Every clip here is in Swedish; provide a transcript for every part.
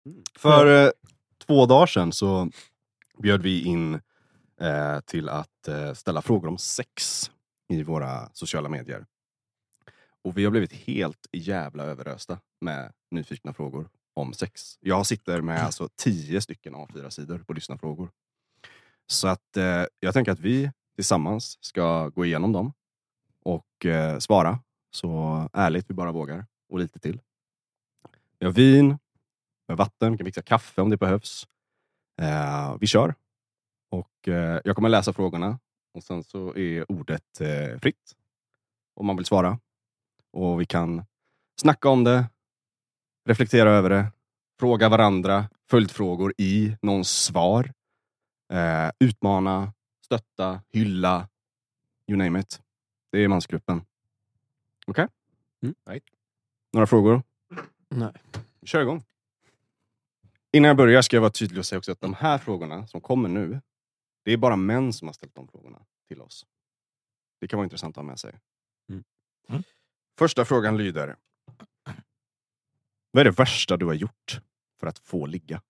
För 2 dagar sedan så bjöd vi in till att ställa frågor om sex i våra sociala medier. Och vi har blivit helt jävla överösta med nyfikna frågor om sex. Jag sitter med alltså 10 stycken A4-sidor på lyssnarfrågor. Så att jag tänker att vi tillsammans ska gå igenom dem och svara så ärligt vi bara vågar och lite till. Vi har vin, vi har vatten, vi kan fixa kaffe om det behövs. Vi kör. Och jag kommer läsa frågorna och sen så är ordet fritt om man vill svara. Och vi kan snacka om det, reflektera över det, fråga varandra följdfrågor i någons svar, utmana, stötta, hylla, you name it. Det är mansgruppen. Okej? Nej. Några frågor? Nej. Kör igång. Innan jag börjar ska jag vara tydlig och säga också att de här frågorna som kommer nu, det är bara män som har ställt de frågorna till oss. Det kan vara intressant att ha med sig. Första frågan lyder: vad är det värsta du har gjort för att få ligga?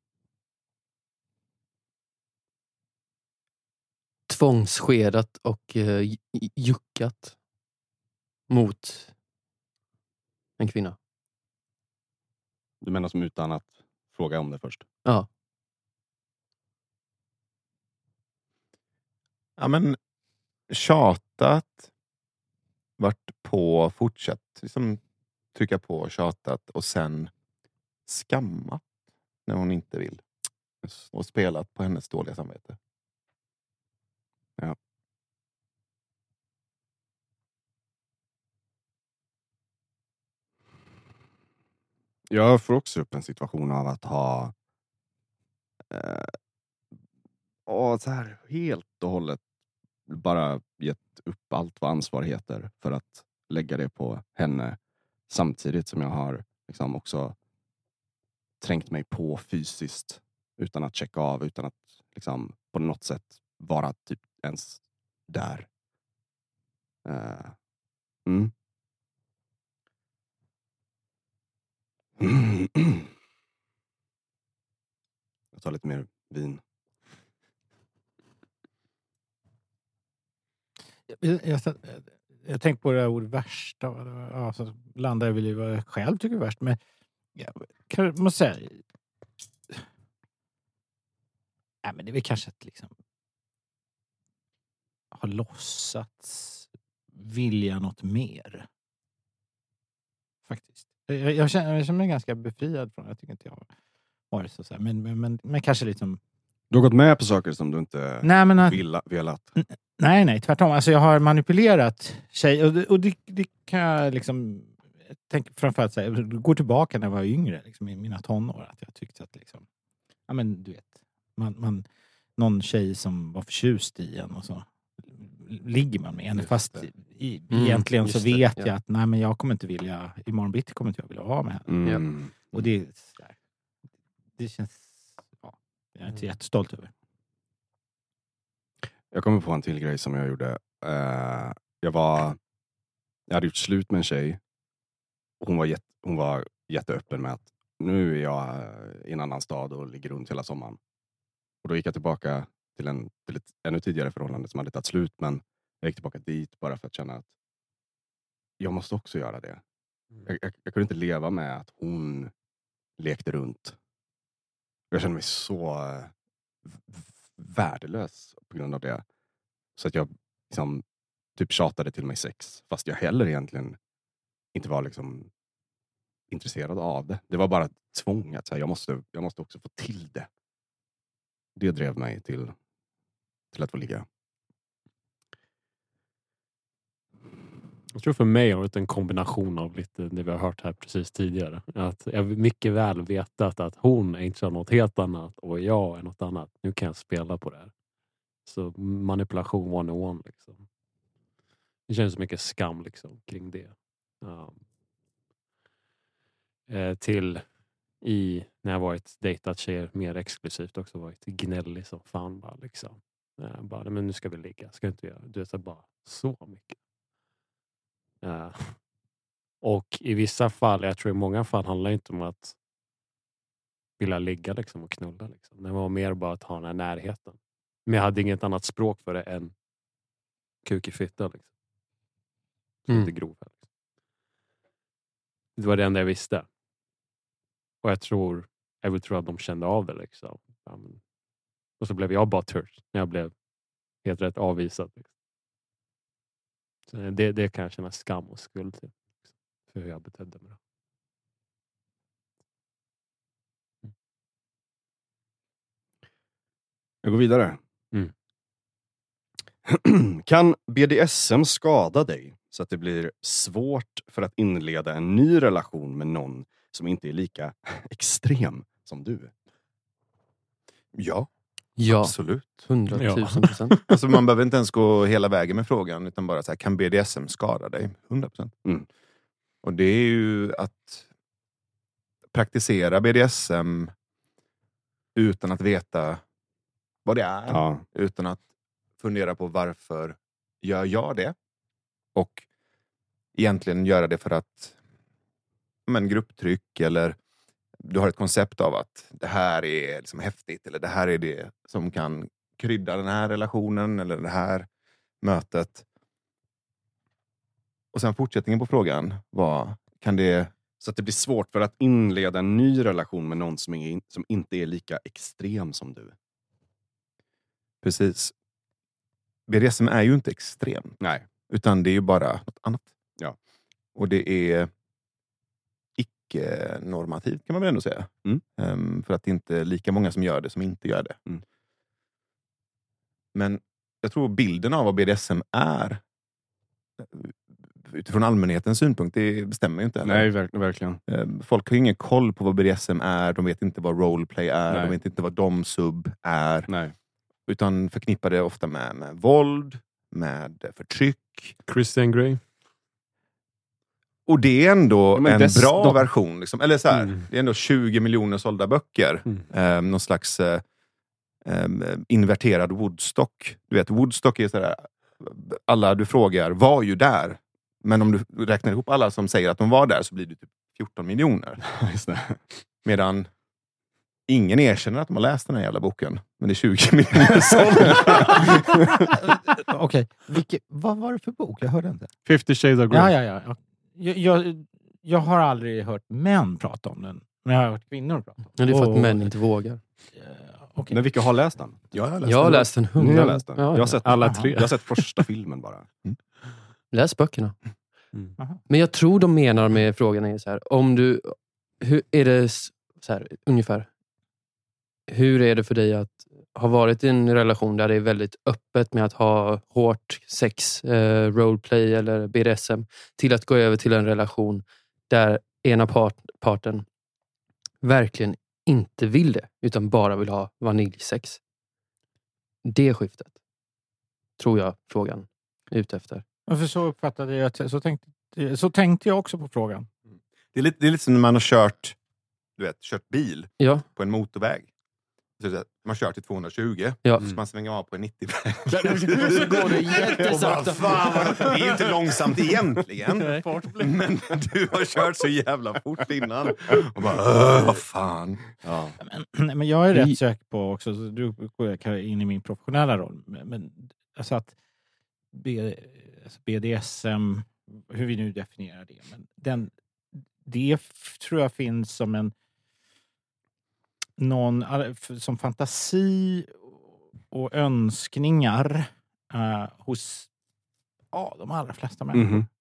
Tvångsskedat och juckat mot en kvinna. Du menar som utan att fråga om det först? Ja. Ja, men tjatat, varit på, fortsatt liksom trycka på och tjatat och sen skammat när hon inte vill. Och spelat på hennes dåliga samvete. Ja. Jag får också upp en situation av att ha så här helt och hållet bara gett upp allt vad ansvar heter för att lägga det på henne, samtidigt som jag har liksom också trängt mig på fysiskt utan att checka av, utan att liksom på något sätt vara typ ens där. Jag tar lite mer vin. Jag tänkte på det här ordet värsta. Ja, så landar jag väl i vad jag själv tycker är värst. Men jag måste säga... Nej, men det är väl kanske att liksom... har låtsats vilja något mer. Faktiskt. Jag känner mig ganska befriad från det. Jag tycker inte jag har varit så här. Men kanske liksom... Du har gått med på saker som du inte velat. Nej, tvärtom. Alltså jag har manipulerat tjej och det kan jag liksom tänka framförallt säga, går tillbaka när jag var yngre liksom, i mina tonår, att jag tyckte att liksom, ja men du vet, man någon tjej som var förtjust i en och så ligger man med en, fast egentligen så vet jag att nej, men jag kommer inte vilja, imorgon bitti kommer inte jag vilja vara med henne. Och det känns, jag är inte jättestolt över. Jag kommer på en till grej som jag gjorde. Jag hade gjort slut med en tjej. Och hon var jätteöppen med att nu är jag i en annan stad och ligger runt hela sommaren. Och då gick jag tillbaka till ett ännu tidigare förhållande som hade tagit slut. Men jag gick tillbaka dit bara för att känna att jag måste också göra det. Jag kunde inte leva med att hon lekte runt. Jag kände mig så värdelös på grund av det. Så att jag liksom typ tjatade till mig sex. Fast jag heller egentligen inte var liksom intresserad av det. Det var bara ett tvång att säga, jag måste också få till det. Det drev mig till att få ligga. Jag tror för mig har det en kombination av lite det vi har hört här precis tidigare. Att jag mycket väl vetat att hon är inte något helt annat och jag är något annat. Nu kan jag spela på det här. Så manipulation 101 liksom. Det känns mycket skam liksom kring det. När jag varit dejtat tjejer mer exklusivt också varit gnällig som fan bara liksom. Bara, men nu ska vi ligga. Ska inte göra. Du vet, bara så mycket. Och i vissa fall, jag tror i många fall handlar det inte om att vilja ligga liksom och knulla. Liksom. Det var mer bara att ha den här närheten. Men jag hade inget annat språk för det än kuk i fitta. Liksom. Lite grov. Liksom. Det var det enda jag visste. Och jag vill tro att de kände av det. Liksom. Ja, men, och så blev jag bara törst när jag blev helt rätt avvisad. Liksom. Så det kan jag känna skam och skuld till. Liksom, för hur jag betedde mig. Jag går vidare. Mm. Kan BDSM skada dig så att det blir svårt för att inleda en ny relation med någon som inte är lika extrem som du? Ja, Ja, absolut. 100 000%. Alltså man behöver inte ens gå hela vägen med frågan, utan bara så här, kan BDSM skada dig? 100%. Mm. Och det är ju att praktisera BDSM utan att veta vad det är. Ja. Utan att fundera på varför gör jag det? Och egentligen göra det för att grupptryck, eller du har ett koncept av att det här är liksom häftigt, eller det här är det som kan krydda den här relationen eller det här mötet. Och sen fortsättningen på frågan var, kan det... Så att det blir svårt för att inleda en ny relation med någon som inte är lika extrem som du. Precis. BDSM är ju inte extrem. Nej. Utan det är ju bara något annat. Ja. Och det är icke-normativt, kan man väl ändå säga. För att det inte är lika många som gör det som inte gör det. Mm. Men jag tror bilden av vad BDSM är utifrån allmänhetens synpunkt, det bestämmer ju inte heller. Nej, verkligen. Folk har ju ingen koll på vad BDSM är. De vet inte vad roleplay är. Nej. De vet inte vad dom-sub är. Nej. Utan förknippar det ofta med våld, med förtryck. Christian Grey. Och det är ändå men en bra version. Liksom. Eller så här, det är ändå 20 miljoner sålda böcker. Någon slags inverterad Woodstock. Du vet, Woodstock är sådär, alla du frågar var ju där. Men om du räknar ihop alla som säger att de var där så blir det typ 14 miljoner. Just det. Medan ingen erkänner att de har läst den här jävla boken. Men det är 20 miljoner sålda. Okej, vad var det för bok? Jag hörde inte. 50 Shades of Grey. Ja. Jag har aldrig hört män prata om den. Men jag har hört kvinnor prata om den. Men det är för att män inte vågar. Okej. Men vilka har läst den? Jag har Jag har läst den 100. Ni har läst den? Ja, Jag har sett alla tre. Jag har sett första filmen bara. Läs böckerna. Mm. Men jag tror de menar med frågan är så här, om du, hur är det så här, ungefär, hur är det för dig att ha varit i en relation där det är väldigt öppet med att ha hårt sex, roleplay eller BDSM, till att gå över till en relation där ena parten verkligen inte vill det, utan bara vill ha vaniljsex. Det skiftet tror jag frågan är ute efter. För så uppfattade jag att så tänkte jag också på frågan. Det är lite som när man har kört bil Ja. på en motorväg. Så man kör till 220. Ja. Så man svänger av på en 90-väg. Så går det jättesakta. Det är ju inte långsamt egentligen. Men du har kört så jävla fort innan. Och bara, vad fan. Ja. Men jag är rätt säker på också, så du går in i min professionella roll. Men alltså att BDSM, hur vi nu definierar det. Men det tror jag finns som som fantasi och önskningar hos de allra flesta människor. Mhm.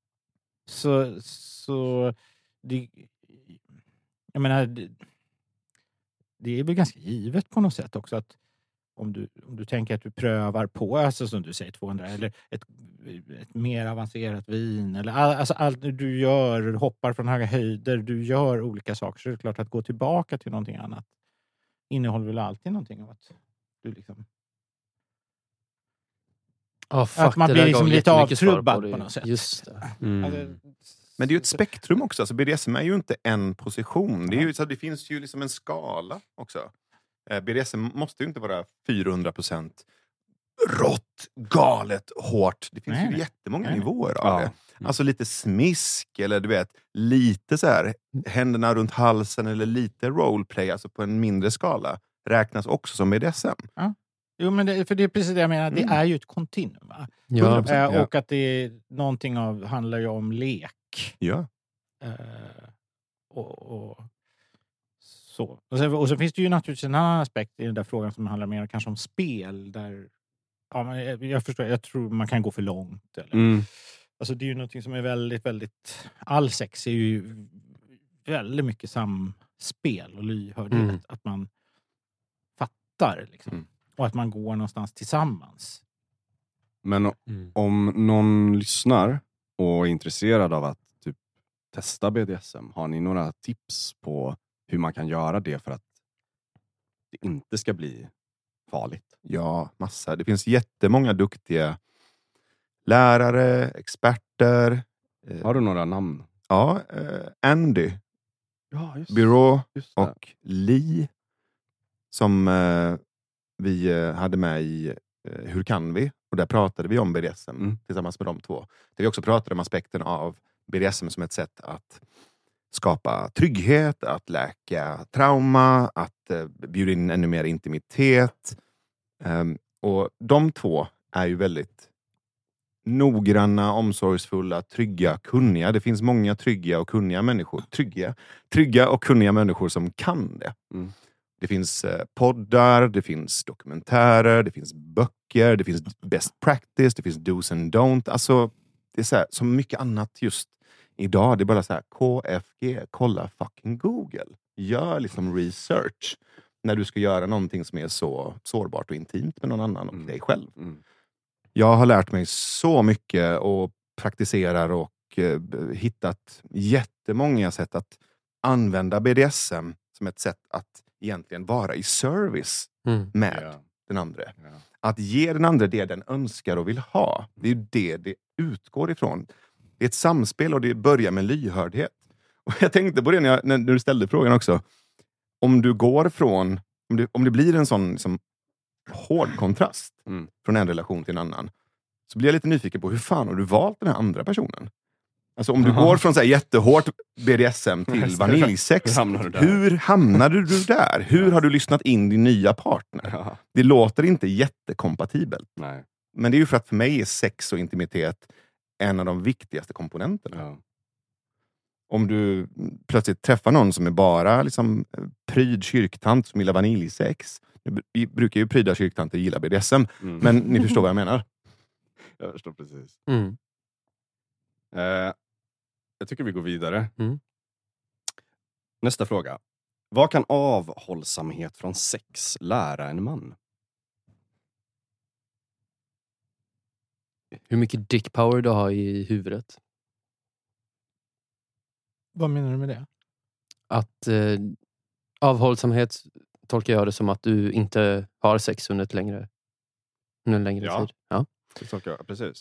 Så det, jag menar, det är väl ganska givet på något sätt också att om du tänker att du prövar på, alltså som du säger 200 eller ett mer avancerat vin eller alltså allt du gör, hoppar från höga höjder, du gör olika saker, så är det klart att gå tillbaka till någonting annat innehåller väl alltid någonting av att du liksom att man blir liksom lite avtrubbad på något sätt. Just det. Alltså, Men det är ju ett spektrum också. Alltså BDSM är ju inte en position. Det är ju, så det finns ju liksom en skala också. BDSM måste ju inte vara 400% rått, galet, hårt. Det finns Nej, ju nej. jättemånga Nej, nej. nivåer av det. Alltså lite smisk eller du vet, lite så här händerna runt halsen eller lite roleplay, alltså på en mindre skala, räknas också som BDSM. Jo, men för det är precis det jag menar. Det är ju ett kontinuum. Va? Ja. 100%, ja. Och att det är någonting handlar ju om lek. Ja. Och så. Och så finns det ju naturligtvis en annan aspekt i den där frågan som handlar mer kanske om spel. Där, ja, men jag förstår, jag tror man kan gå för långt. Eller. Alltså det är ju någonting som är väldigt, väldigt... All sex är ju väldigt mycket samspel och lyhördhet. Att man fattar liksom. Och att man går någonstans tillsammans. Men om någon lyssnar och är intresserad av att typ testa BDSM, har ni några tips på hur man kan göra det för att det inte ska bli farligt? Ja, massa. Det finns jättemånga duktiga lärare, experter. Har du några namn? Ja, Andy Ja, Byrå just det. och Lee som vi hade med i Hur kan vi? Och där pratade vi om BDSM tillsammans med de två. Där vi också pratade om aspekten av BDSM som ett sätt att skapa trygghet, att läka trauma, att bjuda in ännu mer intimitet. Och de två är ju väldigt noggranna, omsorgsfulla, trygga, kunniga. Det finns många trygga och kunniga människor. Trygga och kunniga människor som kan det. Det finns poddar, det finns dokumentärer, det finns böcker, det finns best practice, det finns do's and don't. Alltså, det är så här, som mycket annat just idag. Det är bara så här, KFG, kolla fucking Google. Gör liksom research när du ska göra någonting som är så sårbart och intimt med någon annan och dig själv. Jag har lärt mig så mycket och praktiserar och hittat jättemånga sätt att använda BDSM som ett sätt att egentligen vara i service med den andra. Att ge den andra det den önskar och vill ha. Det är ju det utgår ifrån. Det är ett samspel och det börjar med lyhördhet. Och jag tänkte på det när du ställde frågan också. Om du går från, om det blir en sån liksom, hård kontrast från en relation till en annan, så blir jag lite nyfiken på hur fan har du valt den här andra personen? Alltså om du går från så här jättehårt BDSM till vaniljsex, hur hamnade du där? Hur har du lyssnat in din nya partner? Det låter inte jättekompatibelt. Nej. Men det är ju för att för mig är sex och intimitet en av de viktigaste komponenterna. Ja. Om du plötsligt träffar någon som är bara liksom pryd kyrktant som gillar vaniljsex. Vi brukar ju pryda kyrktanter gilla BDSM. Men ni förstår vad jag menar. Jag förstår precis. Jag tycker vi går vidare. Nästa fråga. Vad kan avhållsamhet från sex lära en man? Hur mycket dick power du har i huvudet. Vad menar du med det? Att avhållsamhet tolkar jag det som att du inte har sex under en längre tid. Ja. Det tolkar jag, precis.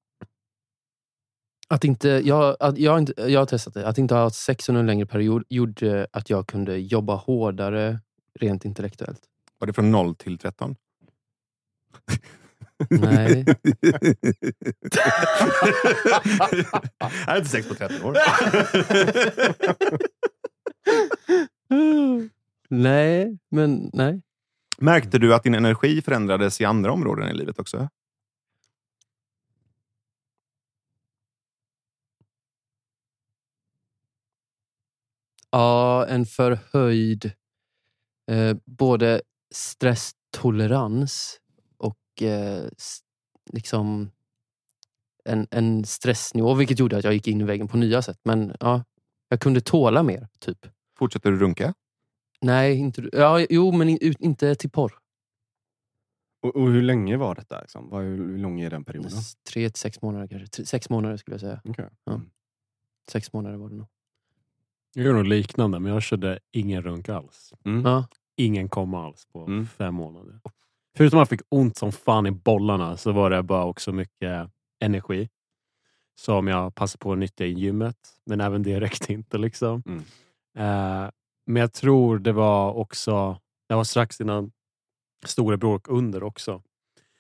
Att inte, jag har testat det. Att inte ha sex under en längre period gjorde att jag kunde jobba hårdare rent intellektuellt. Var det från 0 till 13? Nej. Jag är inte sex på 13 år. Nej, men nej. Märkte du att din energi förändrades i andra områden i livet också? Ja, en förhöjd både stresstolerans och liksom en stressnivå, vilket gjorde att jag gick in i väggen på nya sätt. Men ja, jag kunde tåla mer, typ. Fortsätter du runka? Nej, inte. Ja, jo, men inte till porr. Och hur länge var detta? Liksom? Hur lång är den perioden? 3 till 6 månader kanske. 6 månader skulle jag säga. Okay. Ja. 6 månader var det nog. Jag gör nog liknande, men jag körde ingen runk alls. Ja. Ingen komma alls på 5 månader. Förutom att jag fick ont som fan i bollarna så var det bara också mycket energi. Som jag passade på att nyttja i gymmet. Men även det räckte inte liksom. Men jag tror det var också, det var strax innan storebror och under också.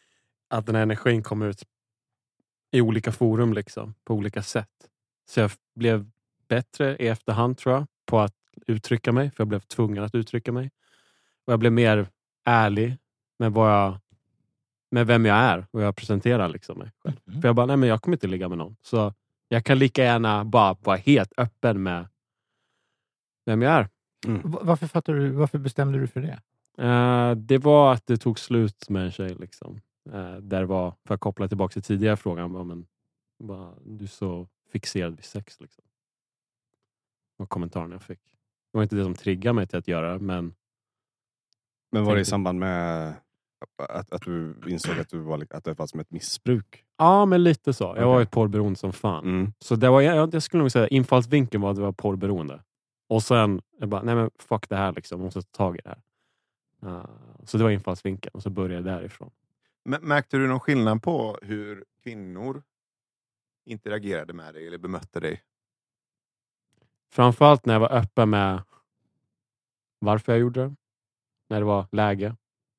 att den här energin kom ut i olika forum liksom, på olika sätt. Så jag blev bättre i efterhand tror jag på att uttrycka mig, för jag blev tvungen att uttrycka mig. Och jag blev mer ärlig med med vem jag är och jag presenterar liksom mig själv. För jag bara, nej men jag kommer inte ligga med någon. Så jag kan lika gärna bara vara helt öppen med vem jag är. Varför bestämde du för det? Det var att det tog slut med en tjej liksom. Där var, för att koppla tillbaka till tidigare frågan, men du är så fixerad vid sex liksom. Och kommentaren jag fick. Det var inte det som triggade mig till att göra, men var det i samband med att du insåg att det var som ett missbruk? Ja, men lite så. Jag var ett porrberoende som fan. Så det var, jag skulle nog säga infallsvinkeln var att det var porrberoende. Och sen, jag bara, nej men fuck det här liksom. Jag måste ta tag i det här. Så det var infallsvinkeln. Och så började jag därifrån. Märkte du någon skillnad på hur kvinnor interagerade med dig eller bemötte dig? Framförallt när jag var öppen med varför jag gjorde det. När det var läge.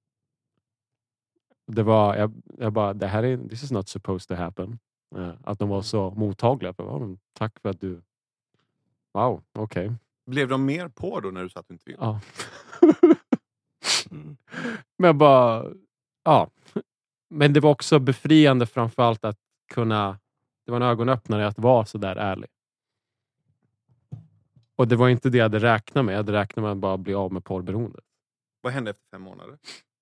Det var, jag bara, this is not supposed to happen. Att de var så mottagliga. Tack för att du... Wow, okej. Okay. Blev de mer på då när du sa att du inte vill? Ja. Men jag bara... Ja. Men det var också befriande framförallt att kunna... Det var en ögonöppnare att vara så där ärlig. Och det var inte det jag hade räknat med. Jag hade räknat med att bara bli av med porrberoendet. Vad hände efter 5 månader?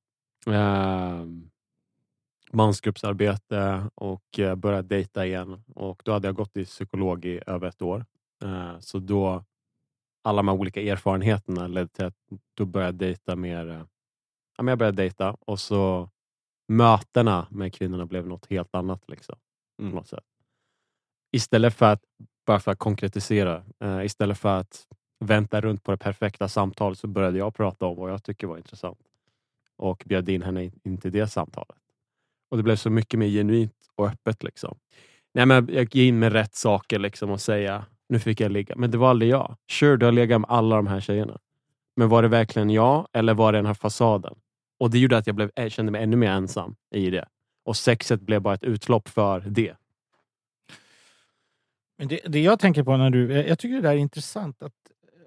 Mansgruppsarbete och började dejta igen. Och då hade jag gått i psykolog i över 1 år. Så då alla de här olika erfarenheterna ledde till att då började jag dejta mer. Jag började dejta och så mötena med kvinnorna blev något helt annat liksom. På något sätt. Istället för att bara för att konkretisera, istället för att vänta runt på det perfekta samtalet, så började jag prata om vad jag tycker var intressant. Och bjöd in henne in till det samtalet. Och det blev så mycket mer genuint och öppet liksom. Nej, men jag gick in med rätt saker liksom och säga, nu fick jag ligga. Men det var aldrig jag. Sure, du har legat med alla de här tjejerna. Men var det verkligen jag eller var det den här fasaden? Och det gjorde att jag kände mig ännu mer ensam i det. Och sexet blev bara ett utlopp för det. Men det jag tänker på när jag tycker det där är intressant att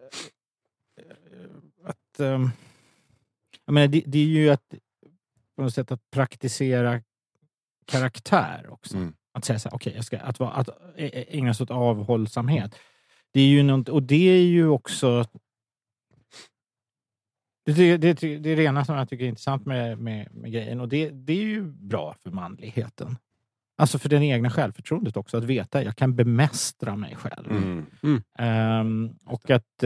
jag menar, det är ju att på något sätt att praktisera karaktär också. Att säga så här, okej, att ägna sig åt avhållsamhet. Det är ju något, och det är ju också det är det ena som jag tycker är intressant med grejen, och det är ju bra för manligheten. Alltså för den egna självförtroendet också, att veta att jag kan bemästra mig själv. Och att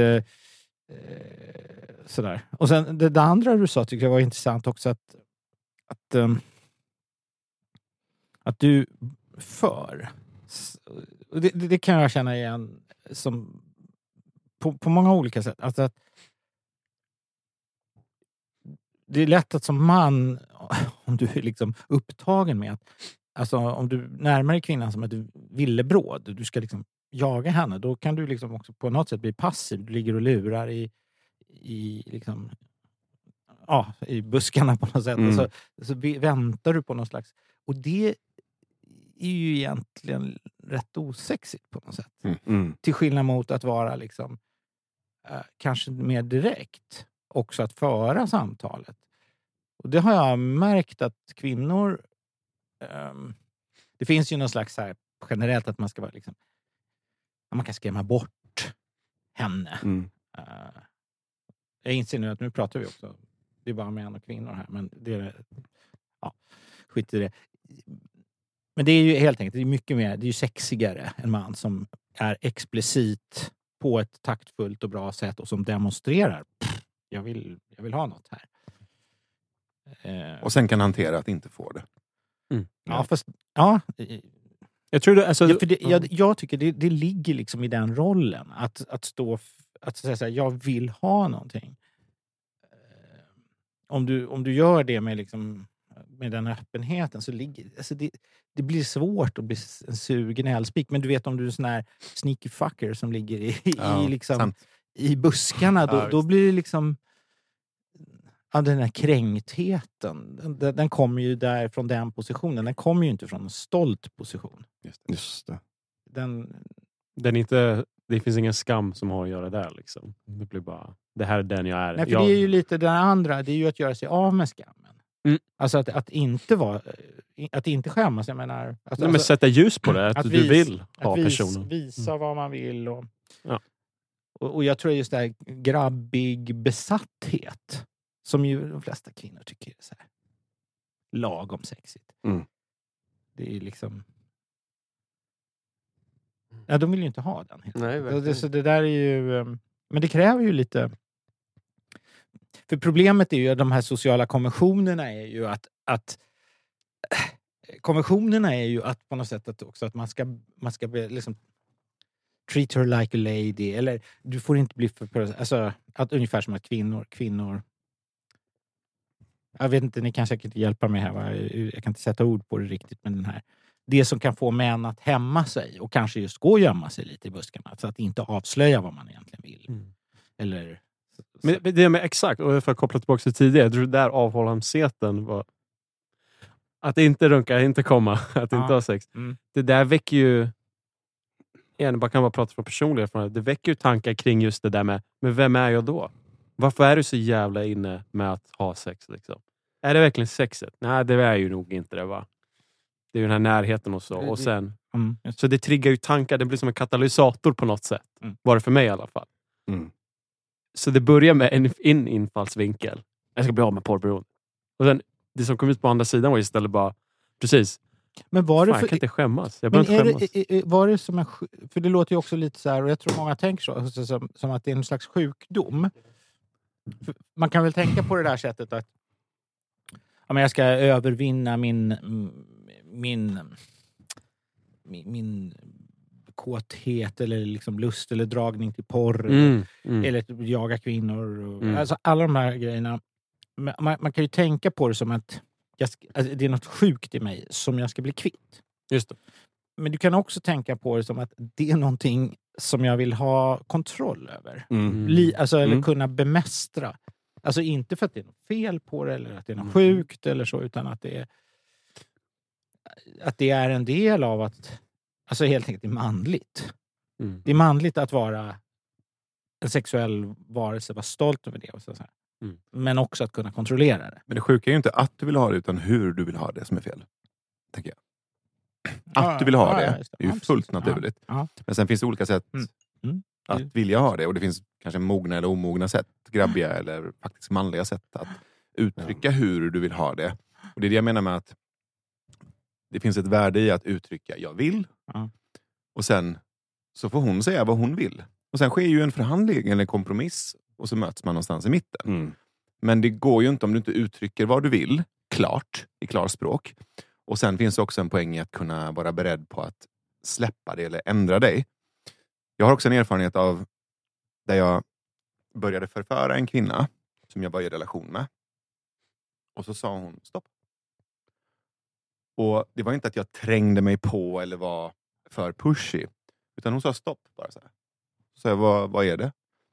sådär. Och sen det andra du sa tycker jag var intressant också, att du det kan jag känna igen som på många olika sätt. Alltså att det är lätt att som man, om du är liksom upptagen med att, alltså om du närmar dig kvinnan som ett villebråd, du ska liksom jaga henne, då kan du liksom också på något sätt bli passiv. Du ligger och lurar i liksom, ja, i buskarna på något sätt. Och så väntar du på någon slags, och det är ju egentligen rätt osexigt på något sätt. Till skillnad mot att vara liksom kanske mer direkt också att föra samtalet. Och det har jag märkt att kvinnor det finns ju någon slags så här, generellt att man ska vara liksom, man kan skrämma bort henne. Jag inser nu att nu pratar vi också, det är bara män och kvinnor här, men det är, ja, skit i det. Men det är ju helt enkelt, det är mycket mer, det är ju sexigare en man som är explicit på ett taktfullt och bra sätt och som demonstrerar, jag vill ha något här. Och sen kan hantera att inte få det. Ja, fast ja. Jag tror det, alltså, jag tycker det ligger liksom i den rollen att stå, att säga så här, jag vill ha någonting. Om du gör det med liksom, med den öppenheten, så ligger, alltså det blir svårt att bli en sugen älspik. Men du vet, om du är en sån här sneaky fucker som ligger i buskarna, då blir det liksom, den här kränktheten, den kommer ju där från den positionen. Den kommer ju inte från en stolt position. Just det. Det finns ingen skam som har att göra där. Liksom. Det blir bara, det här är den jag är. Nej, för det är ju lite det andra. Det är ju att göra sig av med skammen. Mm. Alltså att inte skämmas. Jag menar, men sätta ljus på det. Att du vill ha personen. Visa vad man vill. Ja. Och jag tror just det här grabbig besatthet. Som ju de flesta kvinnor tycker är så här lagom sexigt. Mm. Det är liksom... Ja, de vill ju inte ha den. Nej, verkligen. Så det där är ju... Men det kräver ju lite... För problemet är ju att de här sociala konventionerna är ju att konventionerna är ju att på något sätt att man ska liksom treat her like a lady, eller du får inte bli alltså att ungefär som att kvinnor jag vet inte, ni kan säkert hjälpa mig här, va? Jag kan inte sätta ord på det riktigt, men den här det som kan få män att hämma sig och kanske just gå och gömma sig lite i buskarna, så att inte avslöja vad man egentligen vill. Eller Men det med exakt, och för att koppla tillbaka till tidigare, det där avhållsamheten var att inte runka, inte komma, att inte ha sex. Det där väcker ju, jag kan bara prata från personlig erfarenhet, det väcker ju tankar kring just det där med, men vem är jag då? Varför är du så jävla inne med att ha sex liksom? Är det verkligen sexet? Nej, det är ju nog inte det, va? Det är ju den här närheten och så. Och sen, så det triggar ju tankar, det blir som en katalysator på något sätt. Var det för mig i alla fall. Så det börjar med en infallsvinkel. Jag ska bli av med porrberoende. Och sen, det som kom ut på andra sidan var istället bara, precis. Men var det fan, jag kan inte skämmas. Jag men behöver inte skämmas. Var det som för det låter ju också lite så här, och jag tror många tänker så, som att det är en slags sjukdom. För man kan väl tänka på det där sättet att jag ska övervinna min kåthet eller liksom lust eller dragning till porr eller jaga kvinnor och, alltså alla de här grejerna. Man kan ju tänka på det som att det är något sjukt i mig som jag ska bli kvitt. Just det. Men du kan också tänka på det som att det är någonting som jag vill ha kontroll över. Eller kunna bemästra. Alltså inte för att det är något fel på det eller att det är något sjukt eller så, utan att det är en del av att, alltså helt enkelt det är manligt. Det är manligt att vara en sexuell varelse, vara stolt över det och så här. Men också att kunna kontrollera det. Men det sjuka är ju inte att du vill ha det, utan hur du vill ha det som är fel. Tänker jag. Att du vill ha det är ju fullt naturligt. Men sen finns det olika sätt att vilja ha det. Och det finns kanske mogna eller omogna sätt. Grabbiga eller faktiskt manliga sätt att uttrycka hur du vill ha det. Och det är det jag menar med att det finns ett värde i att uttrycka jag vill. Och sen så får hon säga vad hon vill. Och sen sker ju en förhandling eller en kompromiss. Och så möts man någonstans i mitten. Men det går ju inte om du inte uttrycker vad du vill. Klart, i klarspråk. Och sen finns det också en poäng i att kunna vara beredd på att släppa det eller ändra dig. Jag har också en erfarenhet av där jag började förföra en kvinna som jag var i relation med. Och så sa hon stopp. Och det var inte att jag trängde mig på eller var för pushy. Utan hon sa stopp bara så här. Så jag, vad är det?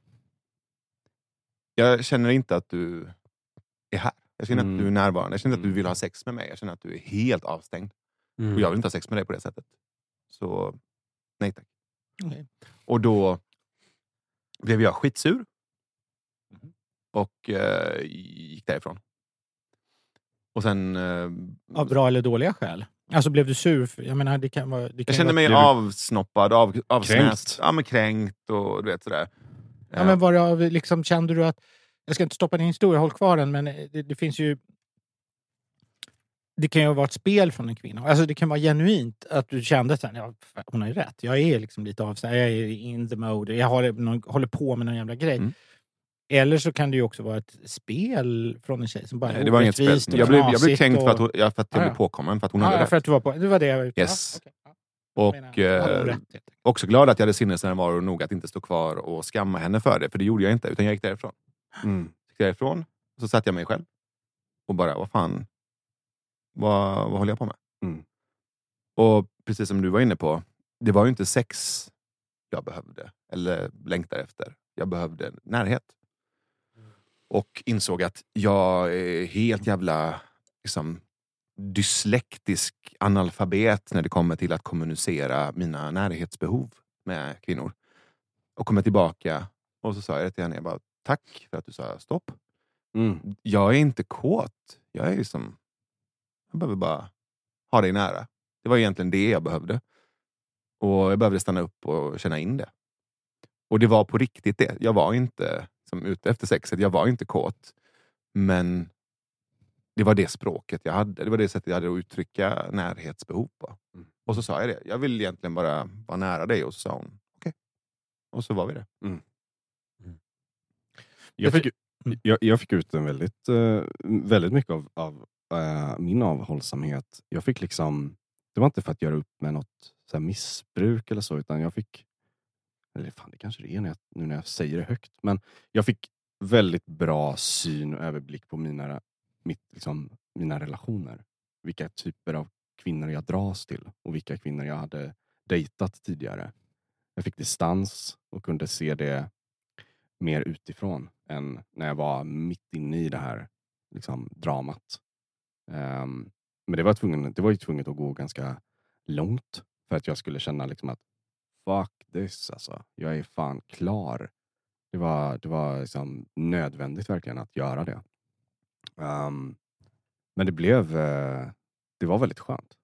Jag känner inte att du är här. Jag känner att du är närvarande. Jag känner att du vill ha sex med mig. Jag känner att du är helt avstängd. Och jag vill inte ha sex med dig på det sättet. Så nej tack. Okay. Och då blev jag skitsur. Och gick därifrån. Och sen... Av bra eller dåliga skäl? Alltså blev du sur? Jag menar, det kan vara... jag kände mig avsnoppad, avsnäst. Ja, men kränkt och du vet sådär. Ja, men var det av, liksom, kände du att... Jag ska inte stoppa din historia, håll kvar den, men det finns ju... Det kan ju vara ett spel från en kvinna. Alltså det kan vara genuint att du kände att hon har ju rätt. Jag är liksom lite avstängd. Jag är in the mode. Jag håller på med någon jävla grej. Eller så kan det ju också vara ett spel från en tjej som bara... Nej, det var inget spel. Jag blev kränkt för att jag blev påkommen. För att hon hade rätt. För att du var på. Det var det jag var ute. Yes. Okay. Och också glad att jag hade sinnesnärvaro nog att inte stå kvar och skamma henne för det. För det gjorde jag inte, utan jag gick därifrån. Gick därifrån, så satt jag mig själv. Och bara, vad fan... Vad håller jag på med? Och precis som du var inne på, det var ju inte sex jag behövde eller längtade efter. Jag behövde närhet. Och insåg att jag är helt jävla liksom, dyslektisk analfabet när det kommer till att kommunicera mina närhetsbehov med kvinnor. Och kommer tillbaka och så sa jag till henne, jag bara, tack för att du sa stopp. Mm. Jag är inte kåt. Jag är liksom, jag behöver bara ha dig nära. Det var egentligen det jag behövde. Och jag behövde stanna upp och känna in det. Och det var på riktigt det. Jag var inte som ute efter sexet. Jag var inte kåt. Men det var det språket jag hade. Det var det sättet jag hade att uttrycka närhetsbehov på. Och så sa jag det. Jag vill egentligen bara vara nära dig. Och så sa hon, okej. Och så var vi det. Jag fick ut en väldigt mycket av min avhållsamhet. Jag fick liksom, det var inte för att göra upp med något så här missbruk eller så, utan jag fick, eller fan det kanske det är nu när jag säger det högt, men jag fick väldigt bra syn och överblick på mina relationer. Vilka typer av kvinnor jag dras till och vilka kvinnor jag hade dejtat tidigare. Jag fick distans och kunde se det mer utifrån än när jag var mitt inne i det här liksom, dramat. Men det var ju tvunget att gå ganska långt för att jag skulle känna liksom att fuck this, alltså. Jag är fan klar. Det var liksom nödvändigt verkligen att göra det. Men det var väldigt skönt.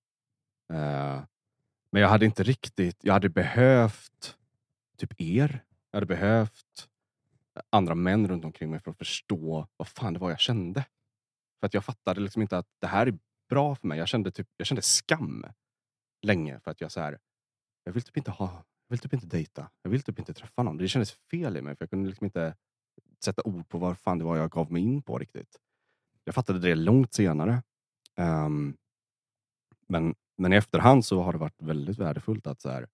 Men jag hade inte riktigt, jag hade behövt typ er. Jag hade behövt andra män runt omkring mig för att förstå vad fan det var jag kände. För att jag fattade liksom inte att det här är bra för mig. Jag kände skam länge för att jag så här, jag vill typ inte dejta. Jag vill typ inte träffa någon. Det kändes fel i mig för jag kunde liksom inte sätta ord på vad fan det var jag gav mig in på riktigt. Jag fattade det långt senare. Men i efterhand så har det varit väldigt värdefullt att så här,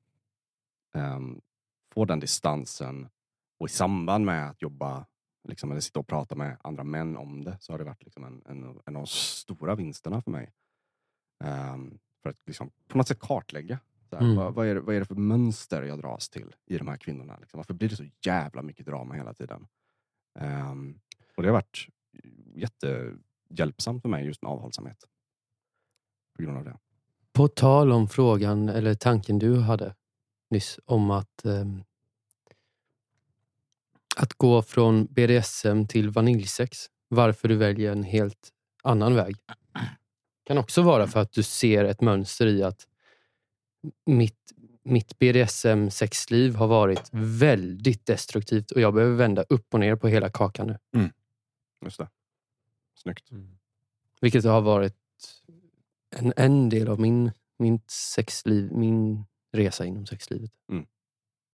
få den distansen. Och i samband med att jobba liksom, eller sitta och prata med andra män om det, så har det varit liksom en av de stora vinsterna för mig. För att liksom, på något sätt kartlägga. Så här, vad är det för mönster jag dras till i de här kvinnorna? Liksom? Varför blir det så jävla mycket drama hela tiden? Och det har varit jättehjälpsamt för mig just med avhållsamhet. På grund av det. På tal om frågan eller tanken du hade nyss om att gå från BDSM till vaniljsex. Varför du väljer en helt annan väg. Kan också vara för att du ser ett mönster i att mitt BDSM-sexliv har varit väldigt destruktivt och jag behöver vända upp och ner på hela kakan nu. Just det. Snyggt. Vilket har varit en del av min sexliv, min resa inom sexlivet.